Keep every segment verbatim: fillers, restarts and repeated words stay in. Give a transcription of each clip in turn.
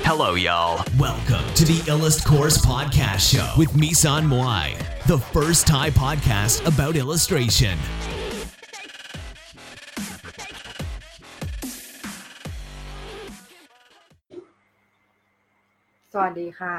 Hello, y'all. Welcome to the Illust Course Podcast Show with Misan Moai, the first Thai podcast about illustration. สวัสดีค่ะ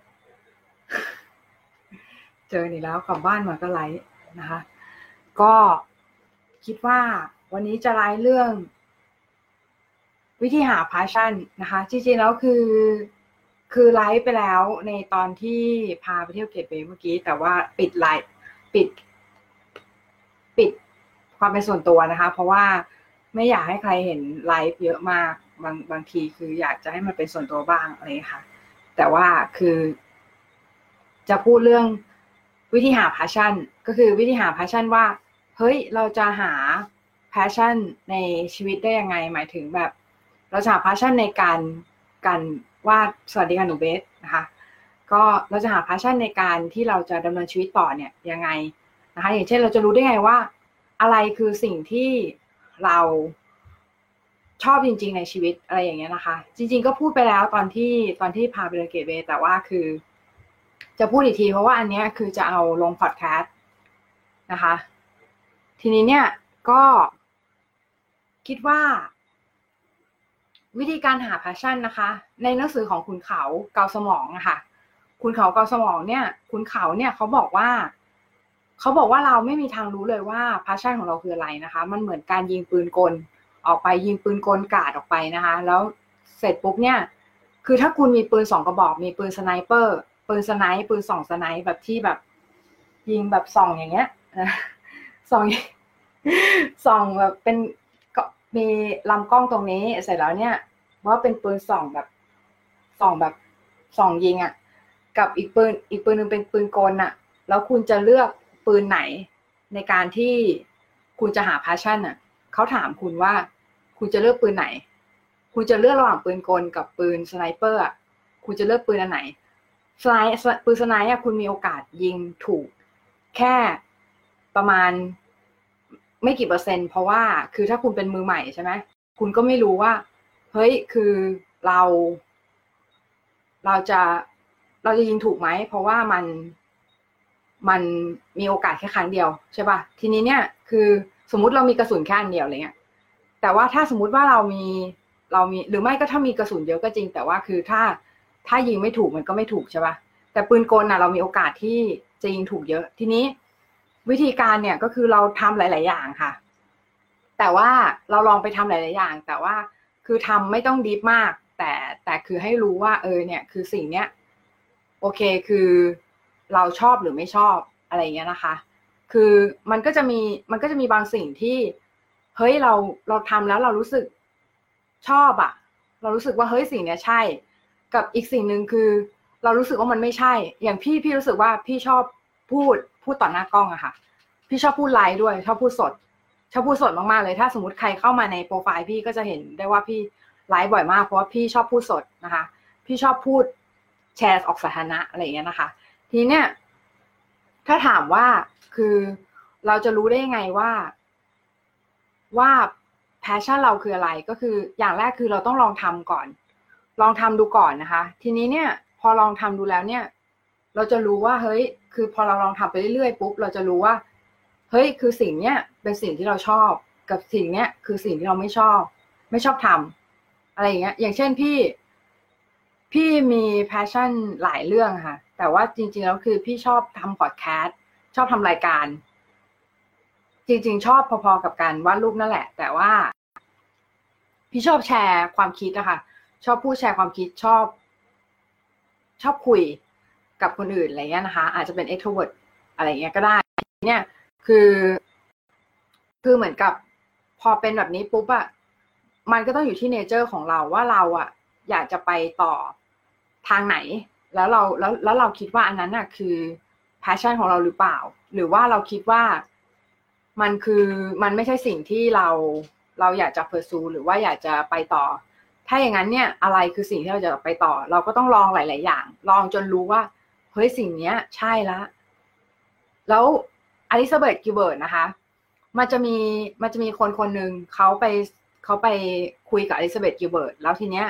เจออีกแล้วกลับบ้านมาก็ไลฟ์นะคะ ก็คิดว่าวันนี้จะไลฟ์เรื่องวิธีหา passion นะคะจริงๆแล้วคือคือไลฟ์ไปแล้วในตอนที่พาไปเที่ยวเกตเวย์เมื่อกี้แต่ว่าปิดไลฟ์ปิดปิดความเป็นส่วนตัวนะคะเพราะว่าไม่อยากให้ใครเห็นไลฟ์เยอะมากบางบางทีคืออยากจะให้มันเป็นส่วนตัวบ้างอะไรค่ะแต่ว่าคือจะพูดเรื่องวิธีหา passion ก็คือวิธีหา passion ว่าเฮ้ยเราจะหา passion ในชีวิตได้ยังไงหมายถึงแบบเราจะหา passion ในการการวาดสวัสดีค่ะหนูเบสนะคะก็เราจะหา passion ในการที่เราจะดำเนินชีวิตต่อเนี่ยยังไงนะคะอย่างเช่นเราจะรู้ได้ไงว่าอะไรคือสิ่งที่เราชอบจริงๆในชีวิตอะไรอย่างเงี้ยนะคะจริงๆก็พูดไปแล้วตอนที่ตอนที่พาไปเดินเกตเวย์แต่ว่าคือจะพูดอีกทีเพราะว่าอันเนี้ยคือจะเอาลงพอดแคสต์นะคะทีนี้เนี่ยก็คิดว่าวิธีการหา passion นะคะในหนังสือของขุนเขาเกาสมองนะคะขุนเขาเกาสมองเนี่ยขุนเขาเนี่ยเขาบอกว่าเขาบอกว่าเราไม่มีทางรู้เลยว่า passion ของเราคืออะไรนะคะมันเหมือนการยิงปืนกลออกไปยิงปืนกลกราดออกไปนะคะแล้วเสร็จปุ๊บเนี่ยคือถ้าคุณมีปืนสองกระบอกมีปืนสไนเปอร์ปืนสไนป์ปืนส่องสไนป์แบบที่แบบยิงแบบส่องอย่างเงี้ยส่องส่องแบบเป็นมีลำกล้องตรงนี้เสร็จแล้วเนี่ยว่าเป็นปืนส่องแบบส่องแบบส่องยิงอ่ะกับอีกปืนอีกปืนนึงเป็นปืนกลอ่ะแล้วคุณจะเลือกปืนไหนในการที่คุณจะหา passion อ่ะเขาถามคุณว่าคุณจะเลือกปืนไหนคุณจะเลือกระหว่างปืนกลกับปืนสไนเปอร์อ่ะคุณจะเลือกปืนอันไหนสไนปืนสไนอ่ะคุณมีโอกาสยิงถูกแค่ประมาณไม่กี่เปอร์เซ็นต์เพราะว่าคือถ้าคุณเป็นมือใหม่ใช่ไหมคุณก็ไม่รู้ว่าเฮ้ยคือเราเราจะเราจะยิงถูกไหมเพราะว่ามันมันมีโอกาสแค่ครั้งเดียวใช่ป่ะทีนี้เนี่ยคือสมมุติเรามีกระสุนแค่อันเดียวอะไรเงี้ยแต่ว่าถ้าสมมุติว่าเรามีเรามีหรือไม่ก็ถ้ามีกระสุนเยอะก็จริงแต่ว่าคือถ้าถ้ายิงไม่ถูกมันก็ไม่ถูกใช่ป่ะแต่ปืนกลน่ะเรามีโอกาสที่จะยิงถูกเยอะทีนี้วิธีการเนี่ยก็คือเราทำหลายๆอย่างค่ะแต่ว่าเราลองไปทำหลายๆอย่างแต่ว่าคือทำไม่ต้องดีฟมากแต่แต่คือให้รู้ว่าเออเนี่ยคือสิ่งเนี้ยโอเคคือเราชอบหรือไม่ชอบอะไรเงี้ยนะคะคือมันก็จะมีมันก็จะมีบางสิ่งที่เฮ้ยเราเราทำแล้วเรารู้สึกชอบอะเรารู้สึกว่าเฮ้ยสิ่งเนี้ยใช่กับอีกสิ่งนึงคือเรารู้สึกว่ามันไม่ใช่อย่างพี่พี่รู้สึกว่าพี่ชอบพูดพูดต่อหน้ากล้องอะค่ะพี่ชอบพูดไลฟ์ด้วยชอบพูดสดชอบพูดสดมากๆเลยถ้าสมมติใครเข้ามาในโปรไฟล์พี่ก็จะเห็นได้ว่าพี่ไลฟ์บ่อยมากเพราะว่าพี่ชอบพูดสดนะคะพี่ชอบพูดแชร์ออกสาธารณะอะไรอย่างเงี้ยนะคะทีนี้เนี่ยถ้าถามว่าคือเราจะรู้ได้ยังไงว่าว่าแพชชั่นเราคืออะไรก็คืออย่างแรกคือเราต้องลองทำก่อนลองทำดูก่อนนะคะทีนี้เนี่ยพอลองทำดูแล้วเนี่ยเราจะรู้ว่าเฮ้ยคือพอเราลองทำไปเรื่อยๆปุ๊บเราจะรู้ว่าเฮ้ยคือสิ่งเนี้ยเป็นสิ่งที่เราชอบกับสิ่งเนี้ยคือสิ่งที่เราไม่ชอบไม่ชอบทำอะไรอย่างเงี้ยอย่างเช่นพี่พี่มีแพชชั่นหลายเรื่องค่ะแต่ว่าจริงๆแล้วคือพี่ชอบทำพอดแคสต์ชอบทำรายการจริงๆชอบพอๆกับการวาดรูปนั่นแหละแต่ว่าพี่ชอบแชร์ความคิดนะคะชอบพูดแชร์ความคิดชอบชอบคุยกับคนอื่นอะไรเงี้ยนะคะอาจจะเป็น extrovert อะไรเงี้ยก็ได้เนี่ยคือคือเหมือนกับพอเป็นแบบนี้ปุ๊บอะมันก็ต้องอยู่ที่เนเจอร์ของเราว่าเราอะอยากจะไปต่อทางไหนแล้วเราแล้วแล้วเราคิดว่าอันนั้นอะคือ passion ของเราหรือเปล่าหรือว่าเราคิดว่ามันคือมันไม่ใช่สิ่งที่เราเราอยากจะ pursue หรือว่าอยากจะไปต่อถ้าอย่างนั้นเนี่ยอะไรคือสิ่งที่เราจะไปต่อเราก็ต้องลองหลายๆอย่างลองจนรู้ว่าเฮ้ยสิ่งเนี้ยใช่ละแล้วอลิซาเบธกิลเบิร์ตนะคะมันจะมีมันจะมีคนคนหนึ่งเขาไปเขาไปคุยกับอลิซาเบธกิลเบิร์ตแล้วทีเนี้ย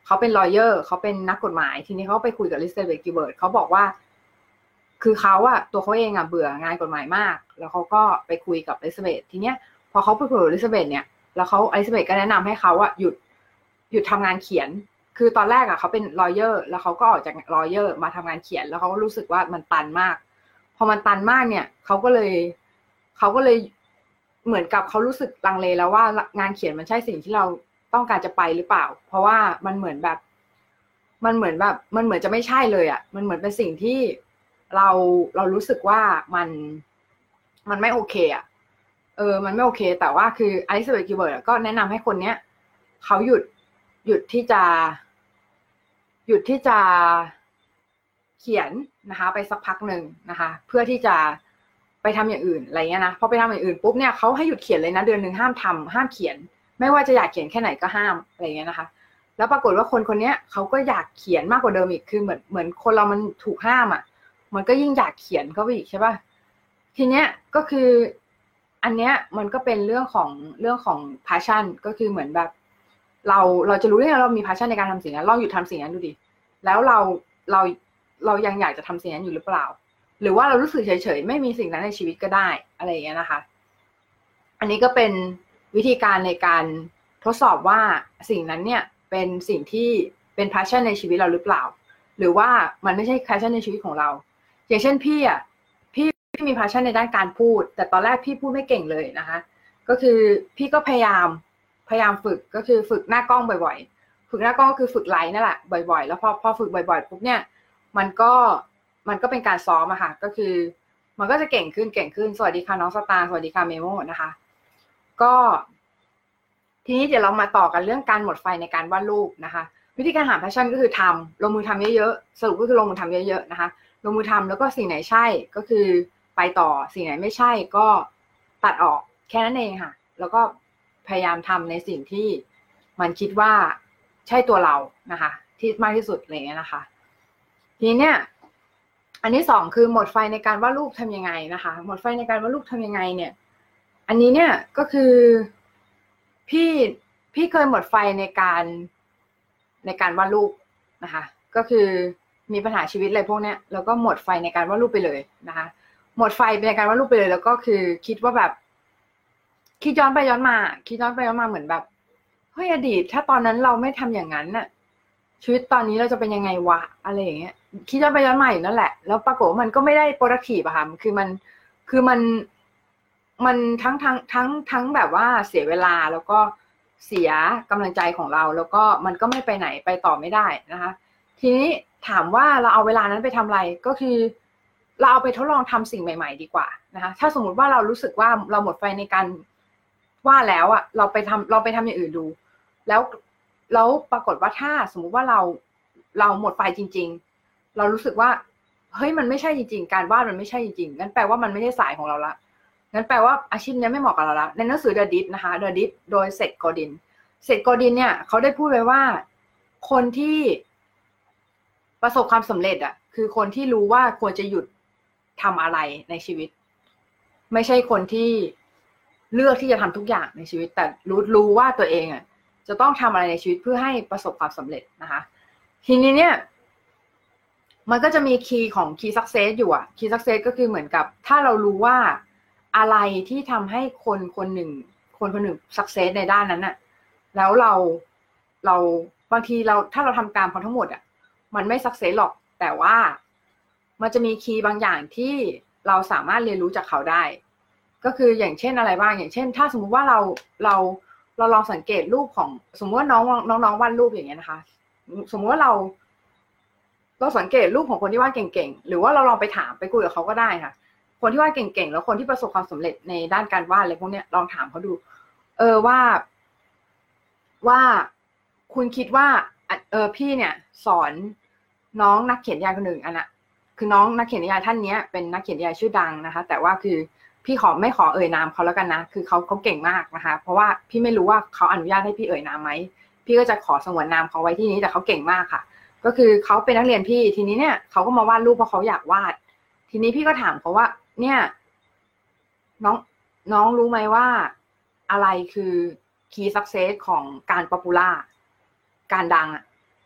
เขาเป็นลอเยอร์เขาเป็นนักกฎหมายทีนี้เขาไปคุยกับลิซเบธกิลเบิร์ตเขาบอกว่าคือเขาอะตัวเขาเองอะเบื่องานกฎหมายมากแล้วเขาก็ไปคุยกับลิซเบธทีเนี้ยพอเขาไปคุยกับลิซเบธเนี่ยแล้วเขาลิซเบธก็แนะนำให้เขาอะหยุดหยุดทำงานเขียนคือตอนแรกอะเขาเป็นลอเยอร์แล้วเขาก็ออกจากลอเยอร์มาทำงานเขียนแล้วเขาก็รู้สึกว่ามันตันมากพอมันตันมากเนี่ยเขาก็เลยเขาก็เลยเหมือนกับเขารู้สึกลังเลแล้วว่างานเขียนมันใช่สิ่งที่เราต้องการจะไปหรือเปล่าเพราะว่ามันเหมือนแบบมันเหมือนแบบมันเหมือนจะไม่ใช่เลยอ่ะมันเหมือนเป็นสิ่งที่เราเรารู้สึกว่ามันมันไม่โอเคอ่ะเออมันไม่โอเคแต่ว่าคืออลิซาเบธกิลเบิร์ตก็แนะนำให้คนเนี้ยเขาหยุดหยุดที่จะหยุดที่จะเขียนนะคะไปสักพักหนึ่งนะคะเพื่อที่จะไปทำอย่างอื่นอะไรเงี้ยนะพอไปทำอย่างอื่นปุ๊บเนี่ยเขาให้หยุดเขียนเลยนะเดือนหนึ่งห้ามทำห้ามเขียนไม่ว่าจะอยากเขียนแค่ไหนก็ห้ามอะไรเงี้ยนะคะแล้วปรากฏว่าคนคนนี้เขาก็อยากเขียนมากกว่าเดิมอีกคือเหมือนเหมือนคนเรามันถูกห้ามอ่ะมันก็ยิ่งอยากเขียนเข้าไปอีกใช่ป่ะทีเนี้ยก็คืออันเนี้ยมันก็เป็นเรื่องของเรื่องของ passion ก็คือเหมือนแบบเราเราจะรู้ได้ไงเรามี passion ในการทำสิ่งนั้นลองหยุดทำสิ่งนั้นดูดิแล้วเราเราเรายังอยากจะทำสิ่งนั้นอยู่หรือเปล่าหรือว่าเรารู้สึกเฉยๆไม่มีสิ่งนั้นในชีวิตก็ได้อะไรอย่างเงี้ยนะคะอันนี้ก็เป็นวิธีการในการทดสอบว่าสิ่งนั้นเนี่ยเป็นสิ่งที่เป็น passion ในชีวิตเราหรือเปล่าหรือว่ามันไม่ใช่ passion ในชีวิตของเราอย่างเช่นพี่อ่ะพี่พี่มี passion ในด้านการพูดแต่ตอนแรกพี่พูดไม่เก่งเลยนะคะก็คือพี่ก็พยายามพยายามฝึกก็คือฝึกหน้ากล้องบ่อยๆฝึกหน้ากล้องก็คือฝึกไลฟ์นั่นแหละบ่อยๆแล้วพอพอฝึกบ่อยๆปุ๊บเนี่ยมันก็มันก็เป็นการซ้อมอะค่ะก็คือมันก็จะเก่งขึ้นเก่งขึ้นสวัสดีค่ะน้องสตาร์สวัสดีค่ะเมโมนะคะก็ทีนี้เดี๋ยวเรามาต่อกันเรื่องการหมดไฟในการวาดรูปนะคะวิธีการหาแพชชั่นก็คือทำลงมือทำเยอะๆสรุปก็คือลงมือทำเยอะๆนะคะลงมือทำแล้วก็สิ่งไหนใช่ก็คือไปต่อสิ่งไหนไม่ใช่ก็ตัดออกแค่นั้นเองค่ะแล้วก็พยายามทำในสิ่งที่มันคิดว่าใช่ตัวเรานะคะที่มากที่สุดอะไรเงี้ยนะคะทีนี้เนี่ยอันที่สองคือหมดไฟในการวาดรูปทำยังไงนะคะหมดไฟในการวาดรูปทำยังไงเนี่ยอันนี้เนี่ยก็คือพี่พี่เคยหมดไฟในการในการวาดรูปนะคะก็คือมีปัญหาชีวิตอะไรพวกเนี้ยแล้วก็หมดไฟในการวาดรูปไปเลยนะคะหมดไฟในการวาดรูปไปเลยแล้วก็คือคิดว่าแบบคิดย้อนไปย้อนมาคิดย้อนไปย้อนมาเหมือนแบบเฮ้ยอดีตถ้าตอนนั้นเราไม่ทำอย่างนั้นน่ะชีวิตตอนนี้เราจะเป็นยังไงวะอะไรอย่างเงี้ยคิดย้อนไปย้อนมาอยู่นั่นแหละแล้วปรากฏว่ามันก็ไม่ได้ productive อะค่ะคือมันคือมันมันทั้งทั้งทั้งทั้งแบบว่าเสียเวลาแล้วก็เสียกำลังใจของเราแล้วก็มันก็ไม่ไปไหนไปต่อไม่ได้นะคะทีนี้ถามว่าเราเอาเวลานั้นไปทำอะไรก็คือเราเอาไปทดลองทำสิ่งใหม่ๆดีกว่านะคะถ้าสมมุติว่าเรารู้สึกว่าเราหมดไฟในการว่าแล้วอ่ะเราไปทำเราไปทำอย่างอื่นดูแล้วแล้วปรากฏว่าถ้าสมมุติว่าเราเราหมดไฟจริงๆเรารู้สึกว่าเฮ้ยมันไม่ใช่จริงๆการวาดมันไม่ใช่จริงๆงั้นแปลว่ามันไม่ใช่สายของเราละงั้นแปลว่าอาชีพนี้ไม่เหมาะกับเราละในหนังสือ The Dip นะคะ The Dip โดยเซธ โกดินเซธ โกดินเนี่ยเขาได้พูดไว้ว่าคนที่ประสบความสำเร็จอ่ะคือคนที่รู้ว่าควรจะหยุดทำอะไรในชีวิตไม่ใช่คนที่เลือกที่จะทำทุกอย่างในชีวิตแต่รู้รู้ว่าตัวเองอ่ะจะต้องทำอะไรในชีวิตเพื่อให้ประสบความสำเร็จนะคะทีนี้เนี่ยมันก็จะมีคีย์ของ key success อยู่อ่ะ key success ก็คือเหมือนกับถ้าเรารู้ว่าอะไรที่ทำให้คนคนหนึ่งคนคนหนึ่ง success ในด้านนั้นน่ะแล้วเราเราบางทีเราถ้าเราทำตามเขาทั้งหมดอ่ะมันไม่ success หรอกแต่ว่ามันจะมีคีย์บางอย่างที่เราสามารถเรียนรู้จากเขาได้ก็คืออย่างเช่นอะไรบ้างอย่างเช่นถ้าสมมุติว่าเราเราเราลองสังเกตรูปของสมมติว่าน้องน้องน้องวาดรูปอย่างเงี้ยนะคะสมมติว่าเราเราสังเกตรูปของคนที่วาดเก่งๆหรือว่าเราลองไปถามไปคุยกับเขาก็ได้ค่ะคนที่วาดเก่งๆแล้วคนที่ประสบความสำเร็จในด้านการวาดอะไรพวกเนี้ยลองถามเขาดูเออว่าว่าคุณคิดว่าเออพี่เนี่ยสอนน้องนักเขียนนิยายคนหนึ่งอันน่ะคือน้องนักเขียนนิยายท่านนี้เป็นนักเขียนนิยายชื่อดังนะคะแต่ว่าคือพี่ขอไม่ขอเอ่ยนามเขาแล้วกันนะคือเขาเขาเก่งมากนะคะเพราะว่าพี่ไม่รู้ว่าเขาอนุญาตให้พี่เอ่ยนามไหมพี่ก็จะขอสงวนนามเขาไว้ที่นี้แต่เขาเก่งมากค่ะก็คือเขาเป็นนักเรียนพี่ทีนี้เนี่ยเขาก็มาวาดรูปเพราะเขาอยากวาดทีนี้พี่ก็ถามเขาว่าเนี่ยน้องน้องรู้ไหมว่าอะไรคือ key success ของการ popular การดังอ่ะ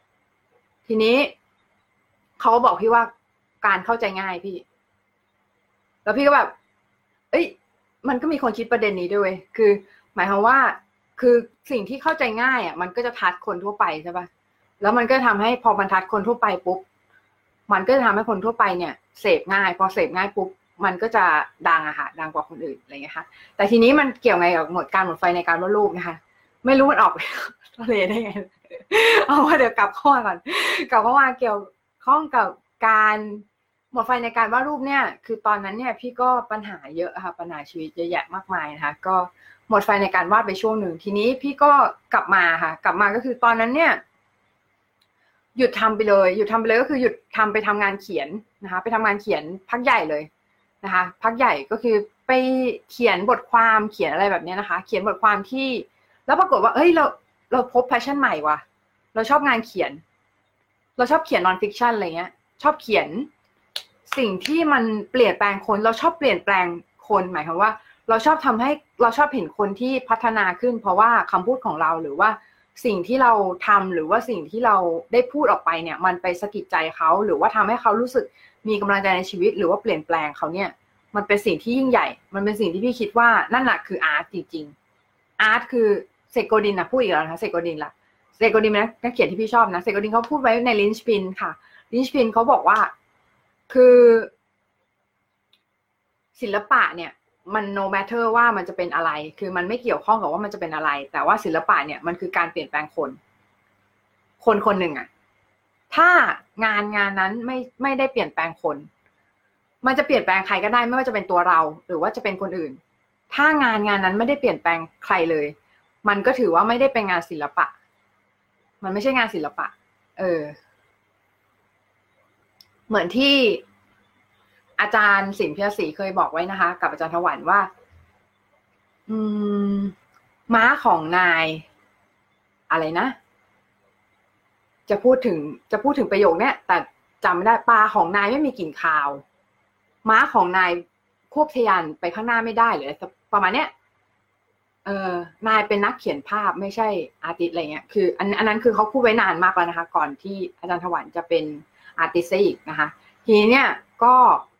ทีนี้เขาบอกพี่ว่าการเข้าใจง่ายพี่แล้วพี่ก็แบบเอ้ยมันก็มีคนคิดประเด็นนี้ด้วยคือหมายความว่าคือสิ่งที่เข้าใจง่ายอ่ะมันก็จะทัดคนทั่วไปใช่ป่ะแล้วมันก็ทำให้พอมันทัดคนทั่วไปปุ๊บมันก็จะทำให้คนทั่วไปเนี่ยเสพง่ายพอเสพง่ายปุ๊บมันก็จะดังอะค่ะดังกว่าคนอื่นอะไรเงี้ยค่ะแต่ทีนี้มันเกี่ยวไงกับหมดการหมดไฟในการวาดรูปนะคะไม่รู้มันออกไปทะเลได้ไงเอาว่าเดี๋ยวกลับเข้ามาก่อนกลับเข้ามาเกี่ยวข้องกับการหมดไฟในการวาดรูปเนี่ยคือตอนนั้นเนี่ยพี่ก็ปัญหาเยอะค่ะปัญหาชีวิตเยอะแยะมากมายนะคะก็หมดไฟในการวาดไปช่วงหนึ่งทีนี้พี่ก็กลับมาค่ะกลับมาก็คือตอนนั้นเนี่ยหยุดทำไปเลยหยุดทำไปเลยก็คือหยุดทำไปทำงานเขียนนะคะไปทำงานเขียนพักใหญ่เลยนะคะพักใหญ่ก็คือไปเขียนบทความเขียนอะไรแบบนี้นะคะเขียนบทความที่แล้วปรากฏว่าเอ้ยเราเราพบแพชชั่นใหม่ว่ะเราชอบงานเขียนเราชอบเขียนนอนฟิกชันอะไรเงี้ยชอบเขียนสิ่งที่มันเปลี่ยนแปลงคนเราชอบเปลี่ยนแปลงคนหมายความว่าเราชอบทำให้เราชอบเห็นคนที่พัฒนาขึ้นเพราะว่าคำพูดของเราหรือว่าสิ่งที่เราทำหรือว่าสิ่งที่เราได้พูดออกไปเนี่ยมันไปสะกิดใจเขาหรือว่าทำให้เขารู้สึกมีกำลังใจในชีวิตหรือว่าเปลี่ยนแปลงเขาเนี่ยมันเป็นสิ่งที่ยิ่งใหญ่มันเป็นสิ่งที่พี่คิดว่านั่นแหละคืออาร์ตจริงๆอาร์ตคือเซโกดินนะพูดอีกแล้วนะคะเซโกดินละเซโกดินนะนักเขียนที่พี่ชอบนะเซโกดินเขาพูดไว้ในลินช์ปินค่ะลินช์ปินเขาบอกว่าคือศิลปะเนี่ยมัน no matter ว่ามันจะเป็นอะไรคือมันไม่เกี่ยวข้องกับว่ามันจะเป็นอะไรแต่ว่าศิลปะเนี่ยมันคือการเปลี่ยนแปลงคนคนคนหนึ่งอะถ้างานงานนั้นไม่ไม่ได้เปลี่ยนแปลงคนมันจะเปลี่ยนแปลงใครก็ได้ไม่ว่าจะเป็นตัวเราหรือว่าจะเป็นคนอื่นถ้างานงานนั้นไม่ได้เปลี่ยนแปลงใครเลยมันก็ถือว่าไม่ได้เป็นงานศิลปะมันไม่ใช่งานศิลปะเออเหมือนที่อาจารย์สินพิยศรีเคยบอกไว้นะคะกับอาจารย์ถวันว่าอืมม้าของนายอะไรนะจะพูดถึงจะพูดถึงประโยคเนี้ยแต่จำไม่ได้ปลาของนายไม่มีกลิ่นคาวม้าของนายควบทะยานไปข้างหน้าไม่ได้หรือประมาณเนี้ยเออนายเป็นนักเขียนภาพไม่ใช่อาร์ติสต์อะไรเงี้ยคืออันอันนั้นคือเขาพูดไว้นานมากแล้วนะคะก่อนที่อาจารย์ถวันจะเป็นอาร์ติสต์อีกนะคะทีนี้เนี่ยก็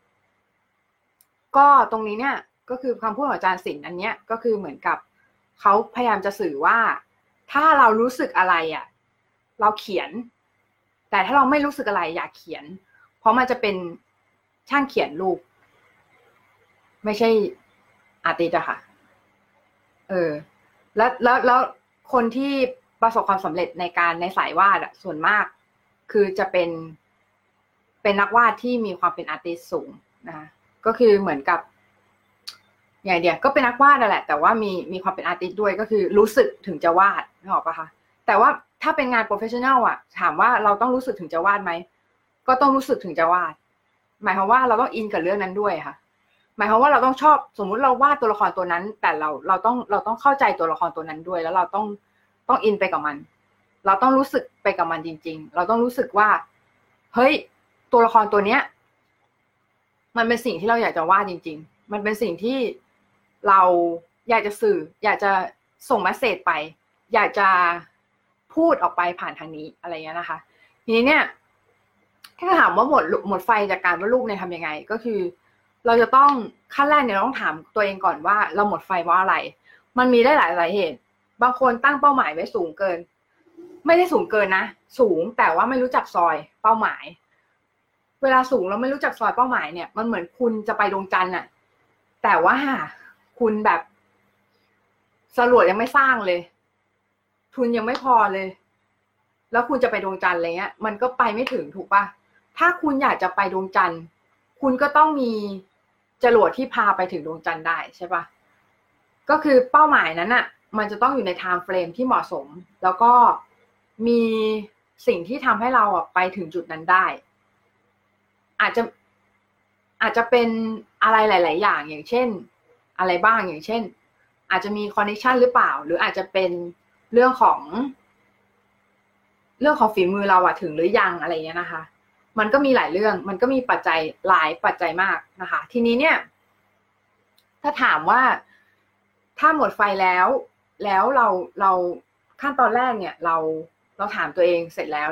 ก็ตรงนี้เนี่ยก็คือคำพูดของอาจารย์สินอันเนี้ยก็คือเหมือนกับเขาพยายามจะสื่อว่าถ้าเรารู้สึกอะไรอ่ะเราเขียนแต่ถ้าเราไม่รู้สึกอะไรอยากเขียนเพราะมันจะเป็นช่างเขียนรูปไม่ใช่อาร์ติสต์อะค่ะเออแล้วแล้วแล้วคนที่ประสบความสำเร็จในการในสายวาดอะส่วนมากคือจะเป็นเป็นนักวาดที่มีความเป็นอาร์ติสต์สูงนะคะก็คือเหมือนกับอย่างเดียวก็เป็นนักวาดนั่นแหละแต่ว่ามีมีความเป็นอาร์ติสต์ด้วยก็คือรู้สึกถึงจะวาดนึกออกปะคะแต่ว่าถ้าเป็นงานโปรเฟชชั่นแนลอะถามว่าเราต้องรู้สึกถึงจะวาดไหมก็ต้องรู้สึกถึงจะวาดหมายความว่าเราต้องอินกับเรื่องนั้นด้วยค่ะหมายความว่าเราต้องชอบสมมุติเราวาดตัวละครตัวนั้นแต่เราเราต้องเราต้องเข้าใจตัวละครตัวนั้นด้วยแล้วเราต้องต้องอินไปกับมันเราต้องรู้สึกไปกับมันจริงๆเราต้องรู้สึกว่าเฮ้ยตัวละครตัวเนี้ยมันเป็นสิ่งที่เราอยากจะวาดจริงๆมันเป็นสิ่งที่เราอยากจะสื่ออยากจะส่งเมสเสจไปอยากจะพูดออกไปผ่านทางนี้อะไรเงี้ยนะคะทีนี้เนี่ยถ้าถามว่าหมดหมดไฟจากการวาดรูปเนี่ยทำยังไงก็คือเราจะต้องขั้นแรกเนี่ยเราต้องถามตัวเองก่อนว่าเราหมดไฟเพราะอะไรมันมีได้หลายสาเหตุบางคนตั้งเป้าหมายไว้สูงเกินไม่ได้สูงเกินนะสูงแต่ว่าไม่รู้จักซอยเป้าหมายเวลาสูงแล้วไม่รู้จักซอยเป้าหมายเนี่ยมันเหมือนคุณจะไปดวงจันทร์น่ะแต่ว่าคุณแบบสรวจยังไม่สร้างเลยทุนยังไม่พอเลยแล้วคุณจะไปดวงจันทร์อะไรเงี้ยมันก็ไปไม่ถึงถูกป่ะถ้าคุณอยากจะไปดวงจันทร์คุณก็ต้องมีจรวดที่พาไปถึงดวงจันทร์ได้ใช่ป่ะก็คือเป้าหมายนั้นน่ะมันจะต้องอยู่ในไทม์เฟรมที่เหมาะสมแล้วก็มีสิ่งที่ทำให้เราอ่ะไปถึงจุดนั้นได้อาจจะอาจจะเป็นอะไรหลายๆอย่างอย่างเช่นอะไรบ้างอย่างเช่นอาจจะมีคอนเนคชั่นหรือเปล่าหรืออาจจะเป็นเรื่องของเรื่องของฝีมือเราอะถึงหรือยังอะไรเงี้ยนะคะมันก็มีหลายเรื่องมันก็มีปัจจัยหลายปัจจัยมากนะคะทีนี้เนี่ยถ้าถามว่าถ้าหมดไฟแล้วแล้วเราเราขั้นตอนแรกเนี่ยเราเราถามตัวเองเสร็จแล้วเนี่ย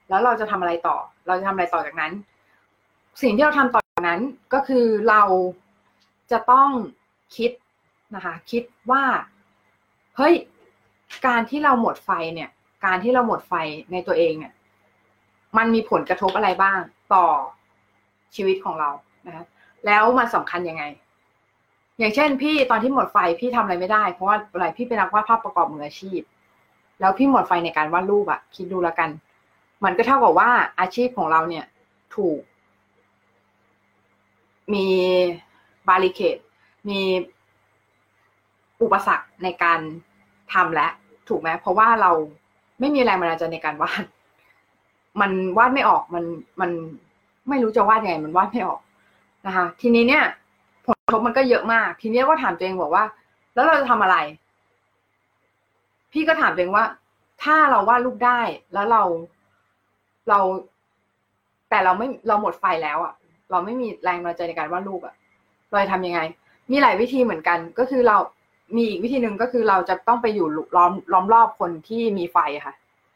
แล้วเราจะทำอะไรต่อเราจะทำอะไรต่อจากนั้นสิ่งที่เราทำต่อจากนั้นก็คือเราจะต้องคิดนะคะคิดว่าเฮ้ยการที่เราหมดไฟเนี่ยการที่เราหมดไฟในตัวเองเนี่ยมันมีผลกระทบอะไรบ้างต่อชีวิตของเรานะคะแล้วมันสำคัญยังไงอย่างเช่นพี่ตอนที่หมดไฟพี่ทำอะไรไม่ได้เพราะว่าอะไรพี่เป็นนักวาดภาพประกอบมืออาชีพแล้วพี่หมดไฟในการวาดรูปอะคิดดูแล้วกันมันก็เท่ากับว่าอาชีพของเราเนี่ยถูกมีบาริเคดมีอุปสรรคในการทำและถูกไหมเพราะว่าเราไม่มีแรงบันดาลใจในการวาดมันวาดไม่ออกมันมันไม่รู้จะวาดยังไงมันวาดไม่ออกนะคะทีนี้เนี่ยผลกระทบมันก็เยอะมากทีนี้ก็ถามตัวเองบอกว่าแล้วเราจะทำอะไรพี่ก็ถามตัวเองว่าถ้าเราวาดรูปได้แล้วเราเราแต่เราไม่เราหมดไฟแล้วอ่ะเราไม่มีแรงบันดาลใจในการวาดรูปอ่ะเราจะทำยังไงมีหลายวิธีเหมือนกันก็คือเรามีอีกวิธีหนึ่งก็คือเราจะต้องไปอยู่ล้อมล้อมรอบคนที่มีไฟค่ะ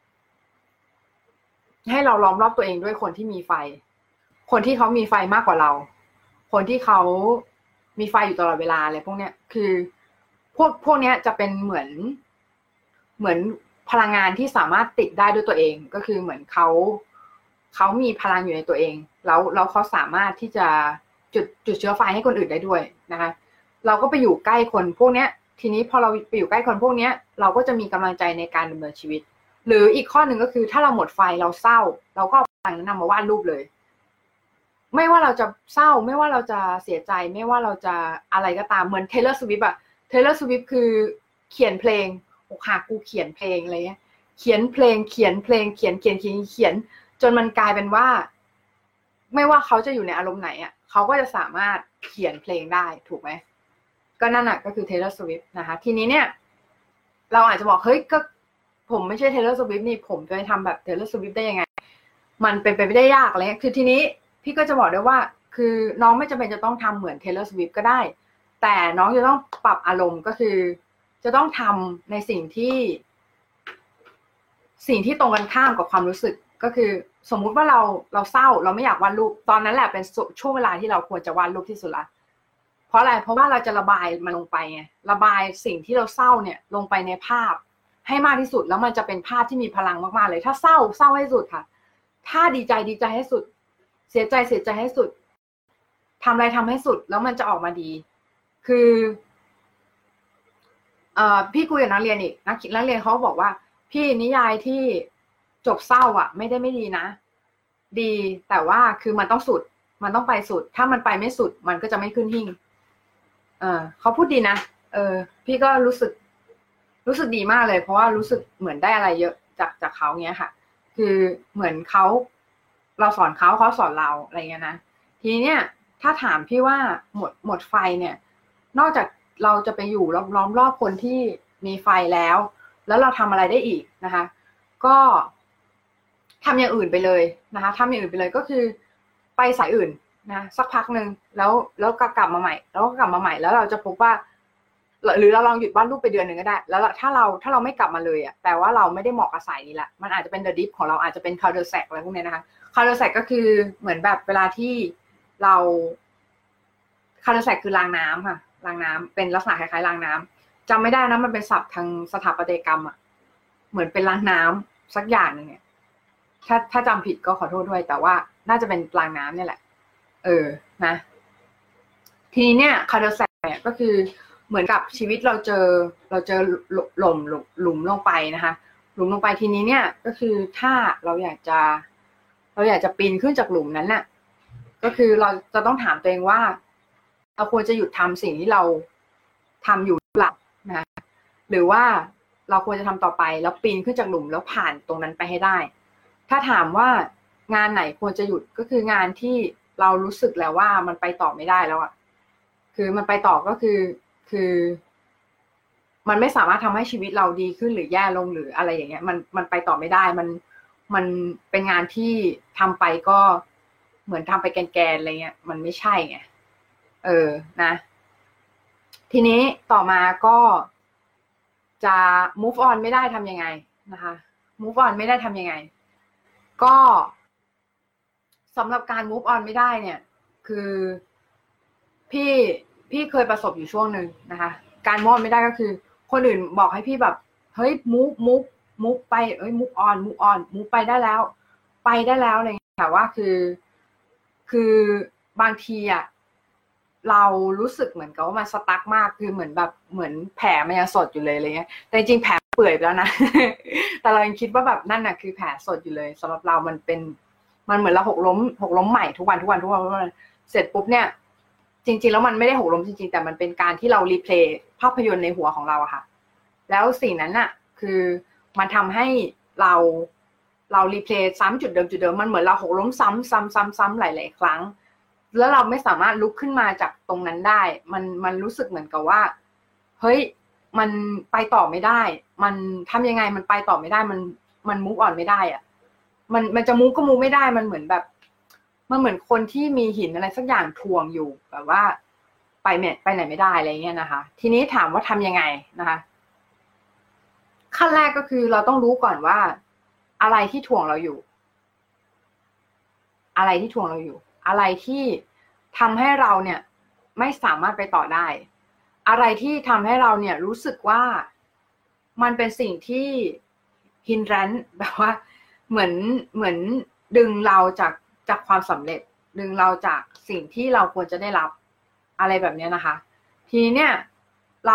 ให้เราล้อมรอบตัวเองด้วยคนที่มีไฟคนที่เขามีไฟมากกว่าเราคนที่เขามีไฟอยู่ตลอดเวลาอะไรพวกเนี้ยคือพวกพวกเนี้ยจะเป็นเหมือนเหมือนพลังงานที่สามารถติดได้ด้วยตัวเองก็คือเหมือนเขาเขามีพลังอยู่ในตัวเองแล้วแล้วเขาสามารถที่จะจุดจุดเชื้อไฟให้คนอื่นได้ด้วยนะคะเราก็ไปอยู่ใกล้คนพวกเนี้ยทีนี้พอเราไปอยู่ใกล้คนพวกเนี้ยเราก็จะมีกำลังใจในการดำเนินชีวิตหรืออีกข้อหนึ่งก็คือถ้าเราหมดไฟเราเศร้าเราก็เอาพลังนั้นนำมาวาดรูปเลยไม่ว่าเราจะเศร้าไม่ว่าเราจะเสียใจไม่ว่าเราจะอะไรก็ตามเหมือน Taylor Swift อะ Taylor Swift คือเขียนเพลงอกหักกูเขียนเพลงอะไรเงี้ยเขียนเพลงเขียนเพลงเขียนเขียนเขียนเขียนจนมันกลายเป็นว่าไม่ว่าเขาจะอยู่ในอารมณ์ไหนอะเขาก็จะสามารถเขียนเพลงได้ถูกไหมก็นั่นน่ะก็คือ Taylor Swift นะคะทีนี้เนี่ยเราอาจจะบอกเฮ้ยก็ผมไม่ใช่ Taylor Swift นี่ผมจะไปทำแบบ Taylor Swift ได้ยังไงมันเป็นไปไม่ได้ยากเลยคือทีนี้พี่ก็จะบอกได้ว่าคือน้องไม่จำเป็นจะต้องทำเหมือน Taylor Swift ก็ได้แต่น้องจะต้องปรับอารมณ์ก็คือจะต้องทำในสิ่งที่สิ่งที่ตรงกันข้ามกับความรู้สึกก็คือสมมุติว่าเราเราเศร้าเราไม่อยากวาดรูปตอนนั้นแหละเป็นช่วงเวลาที่เราควรจะวาดรูปที่สุดละเพราะอะไรเพราะว่าเราจะระบายมันลงไปไงระบายสิ่งที่เราเศร้าเนี่ยลงไปในภาพให้มากที่สุดแล้วมันจะเป็นภาพที่มีพลังมากๆเลยถ้าเศร้าเศร้าให้สุดค่ะถ้าดีใจดีใจให้สุดเสียใจเสียใจให้สุดทำอะไรทำให้สุดแล้วมันจะออกมาดีคือเอ่อพี่คุยกับนักเรียนอีกนักนักเรียนเขาบอกว่าพี่นิยายที่จบเศร้าอ่ะไม่ได้ไม่ดีนะดีแต่ว่าคือมันต้องสุดมันต้องไปสุดถ้ามันไปไม่สุดมันก็จะไม่ขึ้นหิ้งเออเขาพูดดีนะเออพี่ก็รู้สึกรู้สึกดีมากเลยเพราะว่ารู้สึกเหมือนได้อะไรเยอะจากจากเขาเงี้ยค่ะคือเหมือนเขาเราสอนเขาเขาสอนเราอะไรเงี้ยนะทีนี้เนี่ยถ้าถามพี่ว่าหมดหมดไฟเนี่ยนอกจากเราจะไปอยู่ล้อมรอบคนที่มีไฟแล้วแล้วเราทำอะไรได้อีกนะคะก็ทำอย่างอื่นไปเลยนะคะทำอย่างอื่นไปเลยก็คือไปสายอื่นนะสักพักหนึ่งแล้วแล้วก็กลับมาใหม่แล้วก็กลับมาใหม่แล้วเราจะพบว่าหรือเราลองหยุดวาดรูปไปเดือนหนึ่งก็ได้แล้วถ้าเราถ้าเราไม่กลับมาเลยอ่ะแปลว่าเราไม่ได้เหมาะกับสายนี้ละมันอาจจะเป็นเดอะดิฟของเราอาจจะเป็นคาร์เดอร์แซกอะไรพวกนี้นะคะคาร์เดอร์แซกก็คือเหมือนแบบเวลาที่เราคาร์เดอร์แซกคือรางน้ำค่ะรางน้ำเป็นลักษณะคล้ายๆรางน้ำจำไม่ได้นะมันเป็นศัพท์ทางสถาปัตยกรรมอ่ะเหมือนเป็นรางน้ำสักอย่างนึงเนี่ยถ้าถ้าจำผิดก็ขอโทษด้วยแต่ว่าน่าจะเป็นรางน้ำเนี่ยแหละเออนะทีนี้เนี่ยคาร์เดอร์แซกเนี่ยก็คือเหมือนกับชีวิตเราเจอเราเจอหล่มหลุมลงไปนะคะหลุมลงไปทีนี้เนี่ยก็คือถ้าเราอยากจะเราอยากจะปีนขึ้นจากหลุมนั้นน่ะก็คือเราจะต้องถามตัวเองว่าเราควรจะหยุดทำสิ่งที่เราทำอยู่หรือเปล่านะคะหรือว่าเราควรจะทำต่อไปแล้วปีนขึ้นจากหลุมแล้วผ่านตรงนั้นไปให้ได้ถ้าถามว่างานไหนควรจะหยุดก็คืองานที่เรารู้สึกแล้วว่ามันไปต่อไม่ได้แล้วอ่ะคือมันไปต่อก็คือคือมันไม่สามารถทำให้ชีวิตเราดีขึ้นหรือแย่ลงหรืออะไรอย่างเงี้ยมันมันไปต่อไม่ได้มันมันเป็นงานที่ทำไปก็เหมือนทำไปแกนๆอะไรเงี้ยมันไม่ใช่ไงเออนะทีนี้ต่อมาก็จะ move on ไม่ได้ทำยังไงนะคะ move on ไม่ได้ทำยังไงก็สำหรับการ move on ไม่ได้เนี่ยคือพี่พี่เคยประสบอยู่ช่วงหนึ่งนะคะการ move on ไม่ได้ก็คือคนอื่นบอกให้พี่แบบเฮ้ย move move move ไปเอ้ย move on move on move ไปได้แล้วไปได้แล้วอะไรอย่างเงี้ยแต่ว่าคือคือบางทีอ่ะเรารู้สึกเหมือนกับว่ามันสตั๊กมากคือเหมือนแบบเหมือนแผลมันยังสดอยู่เลยอะไรเงี้ยแต่จริงๆแผลเปื่อยไปแล้วนะ แต่เรายังคิดว่าแบบนั่นน่ะคือแผลสดอยู่เลยสำหรับเรามันเป็นมันเหมือนเราหกล้มหกล้มใหม่ทุกวันทุกวันทุกวันทุกวันเสร็จปุ๊บเนี่ยจริงๆแล้วมันไม่ได้หกล้มจริงๆแต่มันเป็นการที่เรารีเพลย์ภาพยนตร์ในหัวของเราอะค่ะแล้วสิ่งนั้นน่ะคือมันทำให้เราเรารีเพลย์ซ้ำจุดเดิมจุดเดิมมันเหมือนเราหกล้มซ้ำซ้ำซ้ำซ้ำหลายๆครั้งแล้วเราไม่สามารถลุกขึ้นมาจากตรงนั้นได้มันมันรู้สึกเหมือนกับว่าเฮ้ยมันไปต่อไม่ได้มันทำยังไงมันไปต่อไม่ได้มันมันมูฟออนไม่ได้อะมันมันจะมูฟก็มูฟไม่ได้มันเหมือนแบบมันเหมือนคนที่มีหินอะไรสักอย่างทวงอยู่แบบว่าไปเนี่ยไปไหนไม่ได้อะไรเงี้ยนะคะทีนี้ถามว่าทำยังไงนะคะขั้นแรกก็คือเราต้องรู้ก่อนว่าอะไรที่ทวงเราอยู่อะไรที่ทวงเราอยู่อะไรที่ทำให้เราเนี่ยไม่สามารถไปต่อได้อะไรที่ทำให้เราเนี่ยรู้สึกว่ามันเป็นสิ่งที่ hindrance แบบว่าเหมือนเหมือนดึงเราจากจากความสำเร็จดึงเราจากสิ่งที่เราควรจะได้รับอะไรแบบนี้นะคะทีนี้เนี่ยเรา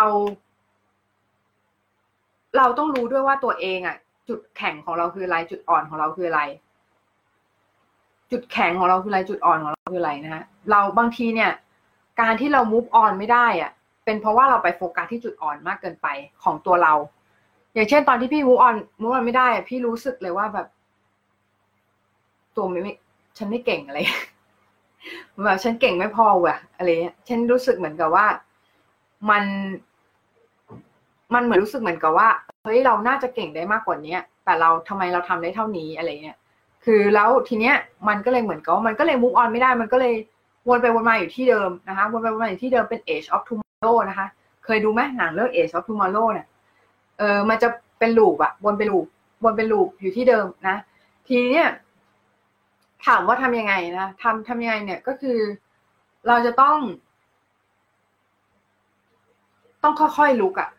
เราต้องรู้ด้วยว่าตัวเองอ่ะจุดแข็งของเราคืออะไรจุดอ่อนของเราคืออะไรจุดแข็งของเราคืออะไรจุดอ่อนของเราคืออะไรนะฮะเราบางทีเนี่ยการที่เรา move on ไม่ได้อ่ะเป็นเพราะว่าเราไปโฟกัสที่จุดอ่อนมากเกินไปของตัวเราอย่างเช่นตอนที่พี่ move on move on ไม่ได้พี่รู้สึกเลยว่าแบบตัวไม่ฉันไม่เก่งอะไรแบบฉันเก่งไม่พอว่ะอะไรเงี้ยฉันรู้สึกเหมือนกับว่ามันมันเหมือนรู้สึกเหมือนกับว่าเฮ้ยเราน่าจะเก่งได้มากกว่านี้แต่เราทำไมเราทำได้เท่านี้อะไรเงี้ยคือแล้วทีเนี้ยมันก็เลยเหมือนกับมันก็เลย move on ไม่ได้มันก็เลยวนไปวนมาอยู่ที่เดิมนะคะวนไปวนมาอยู่ที่เดิมเป็น Age of Tomorrow นะคะเคยดูไหมหนังเรื่อง Age of Tomorrow เนี่ยเออมันจะเป็นลูปอะวนไปลูปวนเป็นลูปอยู่ที่เดิมนะทีเนี้ยถามว่าทำยังไงนะทำทำยังไงเนี่ยก็คือเราจะต้องต้องค่อยๆลุกอะ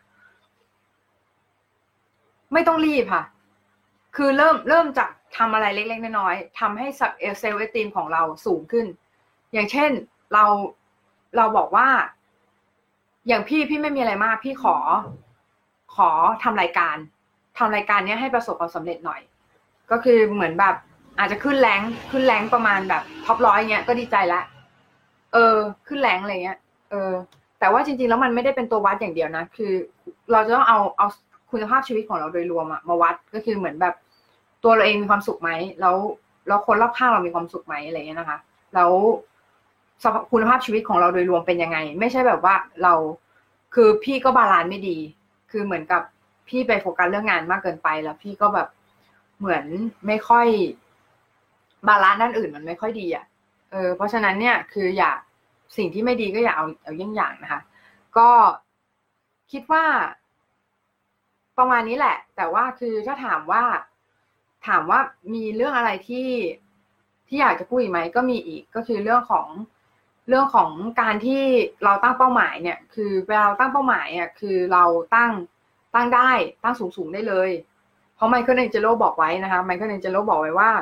ไม่ต้องรีบค่ะคือเริ่มเริ่มจากทำอะไรเล็กๆน้อยๆทำให้เซลล์เอสตีมของเราสูงขึ้นอย่างเช่นเราเราบอกว่าอย่างพี่พี่ไม่มีอะไรมากพี่ขอขอทำรายการทำรายการนี้ให้ประสบความสำเร็จหน่อยก็คือเหมือนแบบอาจจะขึ้นแรงขึ้นแรงประมาณแบบท็อปร้อยเงี้ยก็ดีใจละเออขึ้นแรงอะไรเงี้ยเออแต่ว่าจริงๆแล้วมันไม่ได้เป็นตัววัดอย่างเดียวนะคือเราจะต้องเอาเอาคุณภาพชีวิตของเราโดยรวมอะมาวัดก็คือเหมือนแบบตัวเราเองมีความสุขไหมแล้วแล้วคนรอบข้างเรามีความสุขไหมอะไรเงี้ยนะคะแล้วคุณภาพชีวิตของเราโดยรวมเป็นยังไงไม่ใช่แบบว่าเราคือพี่ก็บาลานซ์ไม่ดีคือเหมือนกับพี่ไปโฟกัสเรื่องงานมากเกินไปแล้วพี่ก็แบบเหมือนไม่ค่อยบาลานซ์ด้านอื่นมันไม่ค่อยดีอ่ะเออเพราะฉะนั้นเนี่ยคืออย่าสิ่งที่ไม่ดีก็อย่าเอาเอาเยี่ยงอย่างนะคะก็คิดว่าประมาณนี้แหละแต่ว่าคือถ้าถามว่าถามว่ามีเรื่องอะไรที่ที่อยากจะพูดอีกไหมก็มีอีกก็คือเรื่องของเรื่องของการที่เราตั้งเป้าหมายเนี่ยคือเวลาเราตั้งเป้าหมายอ่ะคือเราตั้งตั้งได้ตั้งสูงๆได้เลยเพราะไมเคิล แองเจโลบอกไว้นะคะไมเคิล แองเจโลบอกไว้ว่า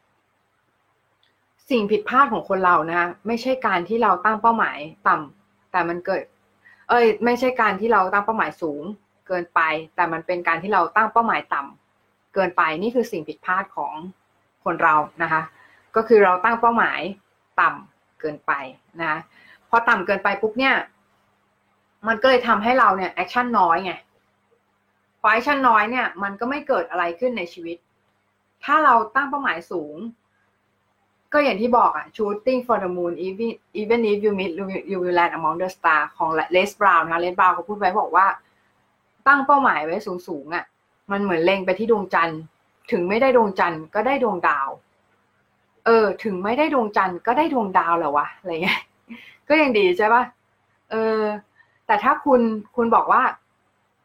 สิ่งผิดพลาดของคนเรานะคะไม่ใช่การที่เราตั้งเป้าหมายต่ำแต่มันเกิดเอ้ยไม่ใช่การที่เราตั้งเป้าหมายสูงเกินไปแต่มันเป็นการที่เราตั้งเป้าหมายต่ำเกินไปนี่คือสิ่งผิดพลาดของคนเรานะคะก็คือเราตั้งเป้าหมายต่ำเกินไปนะพอต่ำเกินไปปุ๊บเนี่ยมันก็เลยทำให้เราเนี่ยแอคชั่นน้อยไงพอแอคชั่นน้อยเนี่ยมันก็ไม่เกิดอะไรขึ้นในชีวิตถ้าเราตั้งเป้าหมายสูงก็อย่างที่บอกอ่ะ shooting for the moon even even if you miss you will land among the stars ของเลสบราวน์นะเลสบราวน์เขาพูดไว้บอกว่าตั้งเป้าหมายไว้สูงๆอ่ะมันเหมือนเล็งไปที่ดวงจันทร์ถึงไม่ได้ดวงจันทร์ก็ได้ดวงดาวเออถึงไม่ได้ดวงจันทร์ก็ได้ดวงดาวแหละวะอะไรเงี้ยก็ยังดีใช่ป่ะเออแต่ถ้าคุณคุณบอกว่า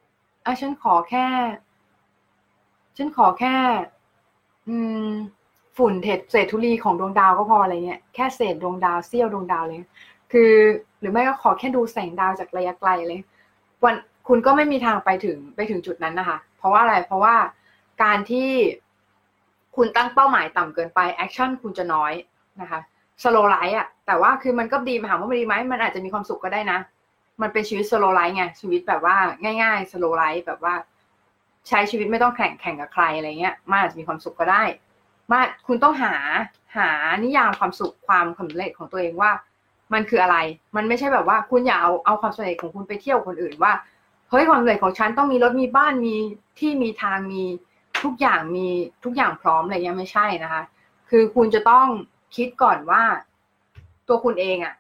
อ่ะฉันขอแค่ฉันขอแค่อืมฝุ่นเศษธุลีของดวงดาวก็พออะไรเงี้ยแค่เศษดวงดาวเสี้ยวดวงดาวเลยคือหรือไม่ก็ขอแค่ดูแสงดาวจากระยะไกลเลยวันคุณก็ไม่มีทางไปถึงไปถึงจุดนั้นนะคะเพราะว่าอะไรเพราะว่าการที่คุณตั้งเป้าหมายต่ำเกินไปแอคชั่นคุณจะน้อยนะคะสโลว์ไลฟ์อ่ะแต่ว่าคือมันก็ดีถามว่ามันดีไหมมันอาจจะมีความสุขก็ได้นะมันเป็นชีวิตสโลว์ไลฟ์ไงชีวิตแบบว่าง่ายๆสโลว์ไลฟ์แบบว่าใช้ชีวิตไม่ต้องแข่งแข่งกับใครอะไรเงี้ยมันอาจจะมีความสุขก็ได้มาคุณต้องหาหานิยามความสุขความสำเร็จของตัวเองว่ามันคืออะไรมันไม่ใช่แบบว่าคุณอย่าเอาเอาความสำเร็จของคุณไปเที่ยวคนอื่นว่าเฮ้ยความสำเร็จของฉันต้องมีรถมีบ้านมีที่มีทางมีทุกอย่างมีทุกอย่างพร้อมอะไรเงี้ยไม่ใช่นะคะคือคุณจะต้องคิดก่อนว่าตัวคุณเองอะ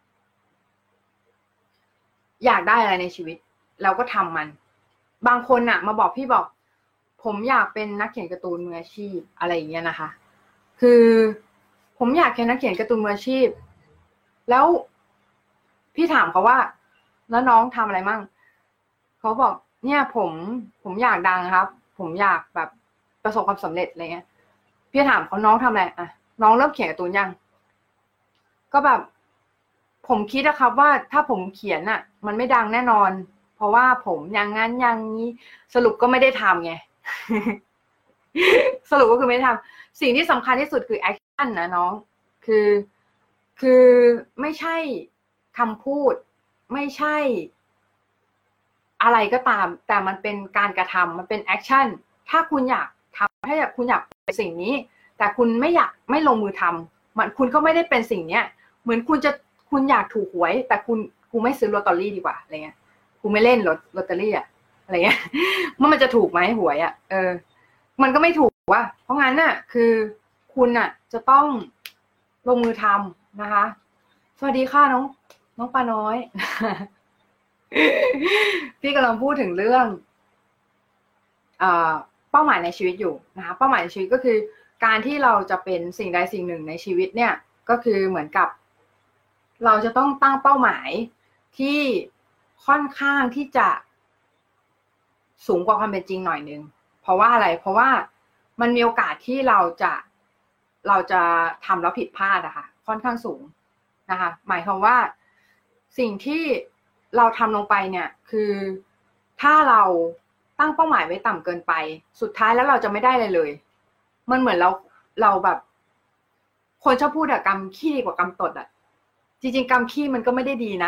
อยากได้อะไรในชีวิตแล้วก็ทำมันบางคนอะมาบอกพี่บอกผมอยากเป็นนักเขียนการ์ตูนมืออาชีพอะไรอย่างเงี้ยนะคะคือผมอยากเป็นนักเขียนการ์ตูนมืออาชีพแล้วพี่ถามเขาว่าแล้วน้องทำอะไรมั่งเขาบอกเนี่ยผมผมอยากดังครับผมอยากแบบประสบความสำเร็จอะไรเงี้ยพี่ถามเขาน้องทำอะไรอ่ะน้องเริ่มเขียนการ์ตูนยังก็แบบผมคิดนะครับว่าถ้าผมเขียนอ่ะมันไม่ดังแน่นอนเพราะว่าผมอย่างงั้นอย่างนี้สรุปก็ไม่ได้ทำไง สรุปก็คือไม่ได้ทำสิ่งที่สำคัญที่สุดคือแอคชั่นนะน้องคือคือไม่ใช่คำพูดไม่ใช่อะไรก็ตามแต่มันเป็นการกระทำมันเป็นแอคชั่นถ้าคุณอยากทำถ้าอยากคุณอยากเป็นสิ่งนี้แต่คุณไม่อยากไม่ลงมือทำมันคุณก็ไม่ได้เป็นสิ่งเนี้ยเหมือนคุณจะคุณอยากถูกหวยแต่คุณกูไม่ซื้อลอตเตอรี่ดีกว่าอะไรเงี้ยกูไม่เล่นลอตลอตเตอรี่อะอะไรเงี้ยมันจะถูกไหมหวยอะเออมันก็ไม่ถูกว่าเพราะงั้นน่ะคือคุณน่ะจะต้องลงมือทำนะคะสวัสดีค่ะน้องน้องปาน้อย พี่กำลังพูดถึงเรื่องเอ่อเป้าหมายในชีวิตอยู่นะคะเป้าหมายในชีวิตก็คือการที่เราจะเป็นสิ่งใดสิ่งหนึ่งในชีวิตเนี่ยก็คือเหมือนกับเราจะต้องตั้งเป้าหมายที่ค่อนข้างที่จะสูงกว่าความเป็นจริงหน่อยนึงเพราะว่าอะไรเพราะว่ามันมีโอกาสที่เราจะเราจะทำแล้วผิดพลาดอะค่ะค่อนข้างสูงนะคะหมายความว่าสิ่งที่เราทำลงไปเนี่ยคือถ้าเราตั้งเป้าหมายไว้ต่ำเกินไปสุดท้ายแล้วเราจะไม่ได้อะไรเลยมันเหมือนเราเราแบบคนชอบพูดอะกรรมขี้ดีกว่ากรรมตดอะจริงๆกรรมขี้มันก็ไม่ได้ดีนะ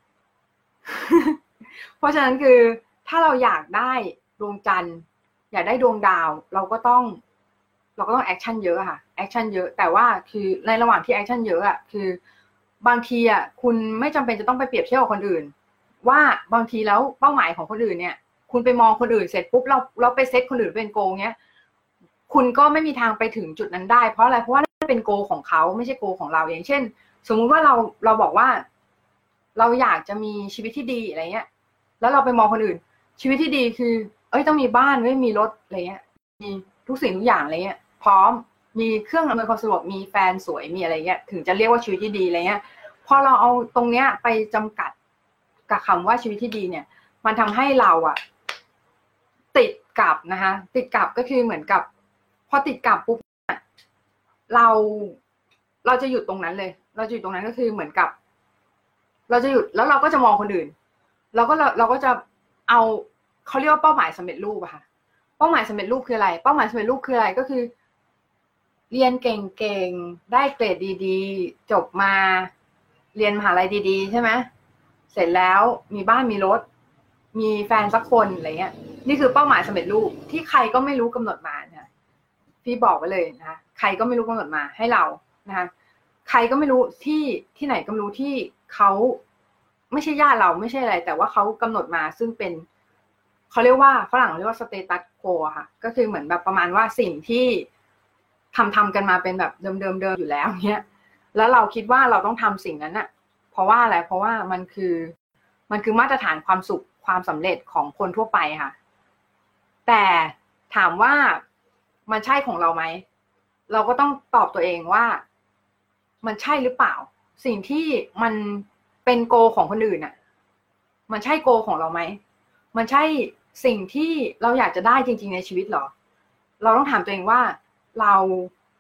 เพราะฉะนั้นคือถ้าเราอยากได้ดวงจันทร์อยากได้ดวงดาวเราก็ต้องเราก็ต้องแอคชั่นเยอะค่ะแอคชั่นเยอะแต่ว่าคือในระหว่างที่แอคชั่นเยอะอะคือบางทีอะคุณไม่จำเป็นจะต้องไปเปรียบเทียบกับคนอื่นว่าบางทีแล้วเป้าหมายของคนอื่นเนี่ยคุณไปมองคนอื่นเสร็จปุ๊บเราเราไปเซตคนอื่นเป็นโกเงี้ยคุณก็ไม่มีทางไปถึงจุดนั้นได้เพราะอะไรเพราะว่านั่นเป็นโกของเขาไม่ใช่โกของเราอย่างเช่นสมมุติว่าเราเราบอกว่าเราอยากจะมีชีวิตที่ดีอะไรเงี้ยแล้วเราไปมองคนอื่นชีวิตที่ดีคือเอ้ยต้องมีบ้านไม่มีรถอะไรเงี้ยมีทุกสิ่งทุกอย่างอะไรเงี้ยพร้อมมีเครื่องอำนวยความสะดวกมีแฟนสวยมีอะไรเงี้ยถึงจะเรียกว่าชีวิตที่ดีอะไรเงี้ยพอเราเอาตรงเนี้ยไปจำกัดกับคำว่าชีวิตที่ดีเนี่ยมันทำให้เราอะติดกับนะคะติดกับก็คือเหมือนกับพอติดกับปุ๊บเราเราจะหยุดตรงนั้นเลยเราจะหยุดตรงนั้นก็คือเหมือนกับเราจะหยุดแล้วเราก็จะมองคนอื่นเราก็เราเราก็จะเอาเขาเรียกว่าเป้าหมายสำเร็จรูปอะค่ะเป้าหมายสำเร็จรูปคืออะไรเป้าหมายสำเร็จรูปคืออะไรก็คือเรียนเก่งๆได้เกรดดีๆจบมาเรียนมหาลัยดีๆใช่ไหมเสร็จแล้วมีบ้านมีรถมีแฟนสักคนอะไรเงี้ยนี่คือเป้าหมายสำเร็จรูปที่ใครก็ไม่รู้กำหนดมานะพี่บอกไว้เลยนะคะใครก็ไม่รู้กำหนดมาให้เรานะคะใครก็ไม่รู้ที่ที่ไหนก็ไม่รู้ที่เขาไม่ใช่ญาติเราไม่ใช่อะไรแต่ว่าเขากำหนดมาซึ่งเป็นเขาเรียกว่าฝรั่งเรียกว่าสเตตัสโควค่ะก็คือเหมือนแบบประมาณว่าสิ่งที่ทำทำกันมาเป็นแบบเดิมเดิมเดิมอยู่แล้วเนี้ยแล้วเราคิดว่าเราต้องทำสิ่งนั้นน่ะเพราะว่าอะไรเพราะว่ามันคือมันคือมาตรฐานความสุขความสำเร็จของคนทั่วไปค่ะแต่ถามว่ามันใช่ของเราไหมเราก็ต้องตอบตัวเองว่ามันใช่หรือเปล่าสิ่งที่มันเป็นโกของคนอื่นน่ะมันใช่โกของเราไหมมันใช่สิ่งที่เราอยากจะได้จริงๆในชีวิตหรอเราต้องถามตัวเองว่าเรา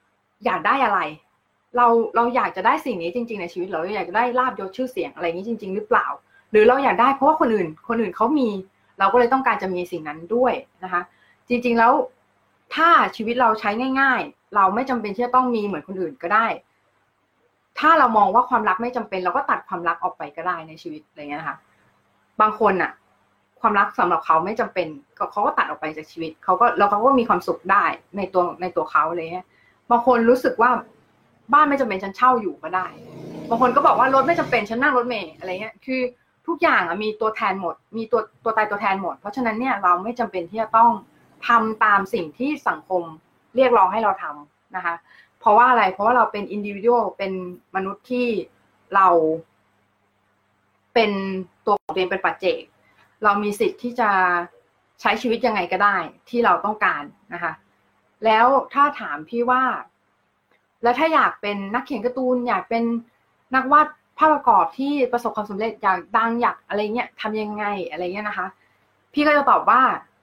อยากได้อะไรเราเราอยากจะได้สิ่งนี้จริงๆในชีวิตเราอยากจะได้ลาภยศชื่อเสียงอะไรอย่างนี้จริงๆหรือเปล่าหรือเราอยากได้เพราะว่าคนอื่นคนอื่นเขามีเราก็เลยต้องการจะมีสิ่งนั้นด้วยนะคะจริงๆแล้วถ้าชีวิตเราใช้ง่ายๆเราไม่จำเป็นที่จะต้องมีเหมือนคนอื่นก็ได้ถ้าเรามองว่าความรักไม่จำเป็นเราก็ตัดความรักออกไปก็ได้ในชีวิตอะไรเงี้ยนะคะบางคนอะความรักสำหรับเขาไม่จำเป็นเขาก็ตัดออกไปจากชีวิตเขาก็แล้วเขาก็มีความสุขได้ในตัวในตัวเขาอะไรเงี้ยบางคนรู้สึกว่าบ้านไม่จำเป็นฉันเช่าอยู่ก็ได้บางคนก็บอกว่ารถไม่จำเป็นฉันนั่งรถเมล์อะไรเงี้ยคือทุกอย่างมีตัวแทนหมดมีตัวตัวตายตัวแทนหมดเพราะฉะนั้นเนี่ยเราไม่จำเป็นที่จะต้องทำตามสิ่งที่สังคมเรียกร้องให้เราทำนะคะเพราะว่าอะไรเพราะว่าเราเป็นอินดิวิวดัลเป็นมนุษย์ที่เราเป็นตัวของตัวเองเป็นปัจเจกเรามีสิทธิ์ที่จะใช้ชีวิตยังไงก็ได้ที่เราต้องการนะคะแล้วถ้าถามพี่ว่าแล้วถ้าอยากเป็นนักเขียนการ์ตูนอยากเป็นนักวาดภาพประกอบที่ประสบความสำเร็จอยากดังอยากอะไรเงี้ยทำยังไงอะไรเงี้ยนะคะพี่ก็จะตอบว่า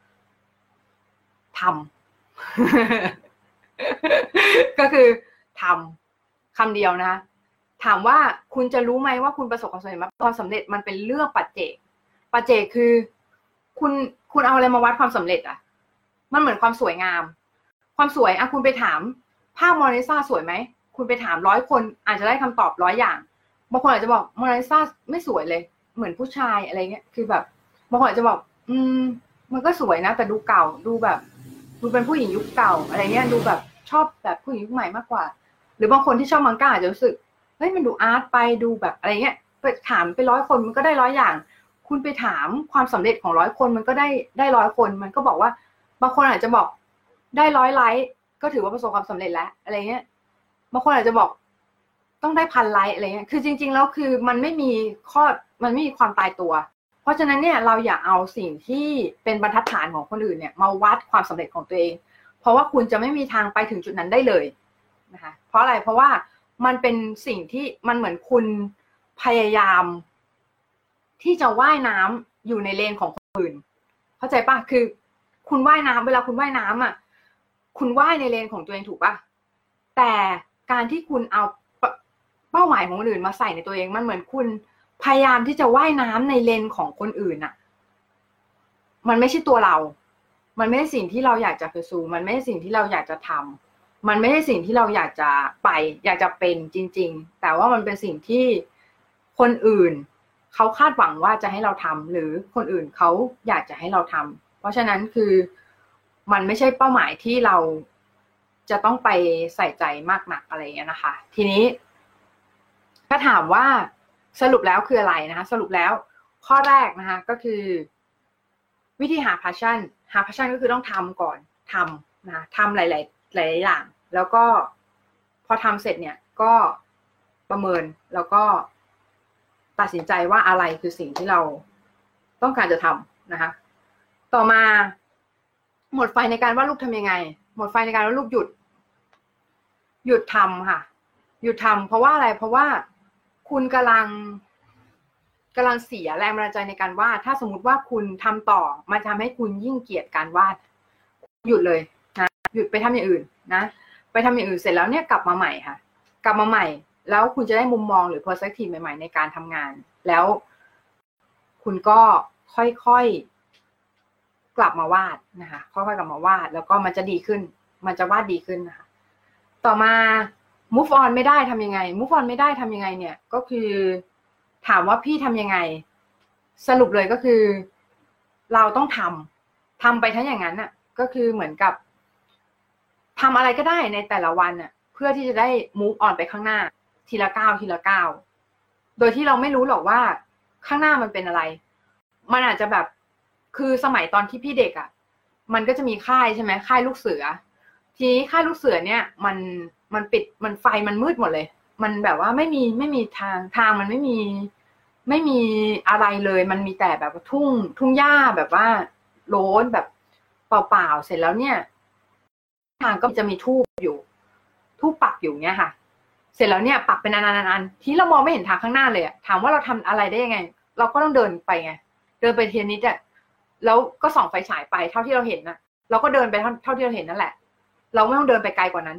ทำ ก็คือทำคำเดียวนะคะถามว่าคุณจะรู้ไหมว่าคุณประสบความสำเร็จไหมความสำเร็จมันเป็นเรื่องปัจเจกปัจเจกคือคุณคุณเอาอะไรมาวัดความสำเร็จอ่ะมันเหมือนความสวยงามความสวยอ่ะคุณไปถามภาพโมนาลิซาสวยไหมคุณไปถามร้อยคนอาจจะได้คำตอบร้อยอย่างบางคนอาจจะบอกโมนาลิซาไม่สวยเลยเหมือนผู้ชายอะไรเงี้ยคือแบบบางคนอาจจะบอกอืมมันก็สวยนะแต่ดูเก่าดูแบบดูเป็นผู้หญิงยุคเก่าอะไรเงี้ยดูแบบชอบแบบผู้หญิงยุคใหม่มากกว่าหรือบางคนที่ชอบมังกะอาจจะรู้สึกเฮ้ยมันดูอาร์ตไปดูแบบอะไรเงี้ยไปถามไปร้อยคนมันก็ได้ร้อยอย่างคุณไปถามความสำเร็จของร้อยคนมันก็ได้ได้ร้อยคนมันก็บอกว่าบางคนอาจจะบอกได้ร้อยไลค์ก็ถือว่าประสบความสำเร็จแล้วอะไรเงี้ยบางคนอาจจะบอกต้องได้พันไลค์อะไรเงี้ยคือจริงๆแล้วคือมันไม่มีข้อมันไม่มีความตายตัวเพราะฉะนั้นเนี่ยเราอย่าเอาสิ่งที่เป็นบรรทัดฐานของคนอื่นเนี่ยมาวัดความสำเร็จของตัวเองเพราะว่าคุณจะไม่มีทางไปถึงจุดนั้นได้เลยนะคะเพราะอะไรเพราะว่ามันเป็นสิ่งที่มันเหมือนคุณพยายามที่จะว่ายน้ำอยู่ในเลนของคนอื่นเข้าใจป่ะคือคุณว่ายน้ำเวลาคุณว่ายน้ำอ่ะคุณว่ายในเลนของตัวเองถูกป่ะแต่การที่คุณเอาเป้าหมายของคนอื่นมาใส่ในตัวเองมันเหมือนคุณพยายามที่จะว่ายน้ำในเลนของคนอื่นอ่ะมันไม่ใช่ตัวเรามันไม่ใช่สิ่งที่เราอยากจะไปสู่มันไม่ใช่สิ่งที่เราอยากจะทำมันไม่ใช่สิ่งที่เราอยากจะไปอยากจะเป็นจริงๆแต่ว่ามันเป็นสิ่งที่คนอื่นเขาคาดหวังว่าจะให้เราทำหรือคนอื่นเขาอยากจะให้เราทำเพราะฉะนั้นคือมันไม่ใช่เป้าหมายที่เราจะต้องไปใส่ใจมากนักอะไรอย่างเงี้ยนะคะทีนี้ถ้าถามว่าสรุปแล้วคืออะไรนะคะสรุปแล้วข้อแรกนะคะก็คือวิธีหา passion หา passion ก็คือต้องทำก่อนทำนะทำหลายๆหลายๆอย่างแล้วก็พอทำเสร็จเนี่ยก็ประเมินแล้วก็ตัดสินใจว่าอะไรคือสิ่งที่เราต้องการจะทำนะคะต่อมาหมดไฟในการวาดรูปทำยังไงหมดไฟในการวาดรูปหยุดหยุดทำค่ะหยุดทำเพราะว่าอะไรเพราะว่าคุณกำลังกำลังเสียแรงบันดาลใจในการวาดถ้าสมมุติว่าคุณทำต่อมันทำให้คุณยิ่งเกลียดการวาดหยุดเลยนะหยุดไปทำอย่างอื่นนะไปทำอย่างอื่นเสร็จแล้วเนี่ยกลับมาใหม่ค่ะกลับมาใหม่แล้วคุณจะได้มุมมองหรือ perspective ใหม่ๆในการทำงานแล้วคุณก็ค่อยๆกลับมาวาดนะคะค่อยๆกลับมาวาดแล้วก็มันจะดีขึ้นมันจะวาดดีขึ้นนะคะต่อมา move on ไม่ได้ทำยังไง move on ไม่ได้ทำยังไงเนี่ยก็คือถามว่าพี่ทำยังไงสรุปเลยก็คือเราต้องทำทำไปทั้งอย่างนั้นน่ะก็คือเหมือนกับทำอะไรก็ได้ในแต่ละวันน่ะเพื่อที่จะได้ move on ไปข้างหน้าทีละก้าวทีละก้าวโดยที่เราไม่รู้หรอกว่าข้างหน้ามันเป็นอะไรมันอาจจะแบบคือสมัยตอนที่พี่เด็กอ่ะมันก็จะมีค่ายใช่ไหมค่ายลูกเสือทีนี้ค่ายลูกเสือเนี่ยมันมันปิดมันไฟมันมืดหมดเลยมันแบบว่าไม่มีไม่มีทางทางมันไม่มีไม่มีอะไรเลยมันมีแต่แบบทุ่งทุ่งหญ้าแบบว่าโล้นแบบเปล่าๆเสร็จแล้วเนี่ยทางก็จะมีธูปอยู่ธูปปักอยู่เนี่ยค่ะเสร็จแล้วเนี่ยปักเป็นอันๆๆทีเรามองไม่เห็นทางข้างหน้าเลยอะถามว่าเราทำอะไรได้ยังไงเราก็ต้องเดินไปไงเดินไปทีนิดอะแล้วก็ส่องไฟฉายไปเท่าที่เราเห็นนะเราก็เดินไปเท่าเท่าที่เราเห็นนั่นแหละเราไม่ต้องเดินไปไกลกว่านั้นพ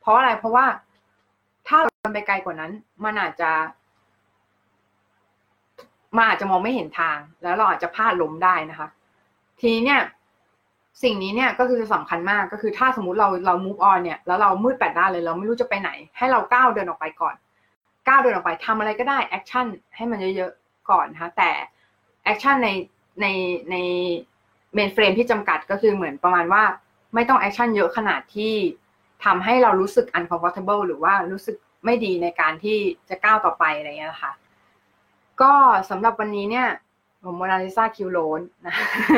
ราะอะไรเพราะว่าถ้าเราเดินไปไกลกว่านั้นมันอาจจะมันอาจจะมองไม่เห็นทางแล้วเราอาจจะพลาดล้มได้นะคะทีนี้เนี่ยสิ่งนี้เนี่ยก็คือสำคัญมากก็คือถ้าสมมุติเราเรา move on เนี่ยแล้วเรามืดแปดด้านเลยเราไม่รู้จะไปไหนให้เราก้าวเดินออกไปก่อนก้าวเดินออกไปทำอะไรก็ได้แอคชั่นให้มันเยอะๆก่อนนะคะแต่แอคชั่นในในในเมนเฟรมที่จำกัดก็คือเหมือนประมาณว่าไม่ต้องแอคชั่นเยอะขนาดที่ทำให้เรารู้สึก uncomfortable หรือว่ารู้สึกไม่ดีในการที่จะก้าวต่อไปอะไรเงี้ยนะคะก็สำหรับวันนี้เนี่ยผมโมนาลิซาคิวโลนนะ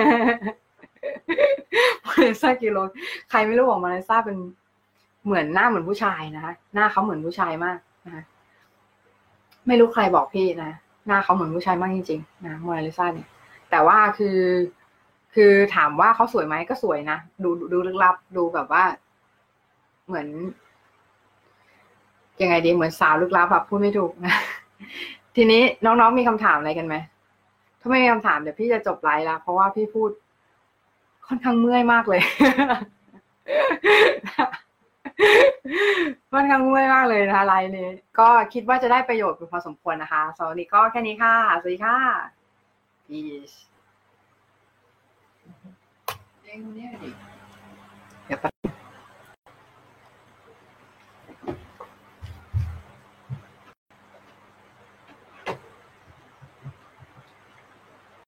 โมนาลิซาคิวโลนใครไม่รู้บอกโมนาลิซาเป็นเหมือนหน้าเหมือนผู้ชายนะคะหน้าเขาเหมือนผู้ชายมากนะไม่รู้ใครบอกพี่นะหน้าเขาเหมือนผู้ชายมากจริงๆนะโมนาลิซาเนี่ยแต่ว่าคือคือถามว่าเขาสวยไหมก็สวยนะดูดูลึกลับดูแบบว่าเหมือนยังไงดีเหมือนสาวลึกลับแบบพูดไม่ถูกนะทีนี้น้องๆมีคำถามอะไรกันไหมถ้าไม่มีคำถามเดี๋ยวพี่จะจบไลฟ์แล้วเพราะว่าพี่พูดค่อนข้างเมื่อยมากเลยค่อนข้างเมื่อยมากเลยนะคะไลฟ์นี้ก็คิดว่าจะได้ประโยชน์พอสมควรนะคะสำหรับวันนี้ก็แค่นี้ค่ะสวัสดีค่ะ Peace เองคนนี้ดิ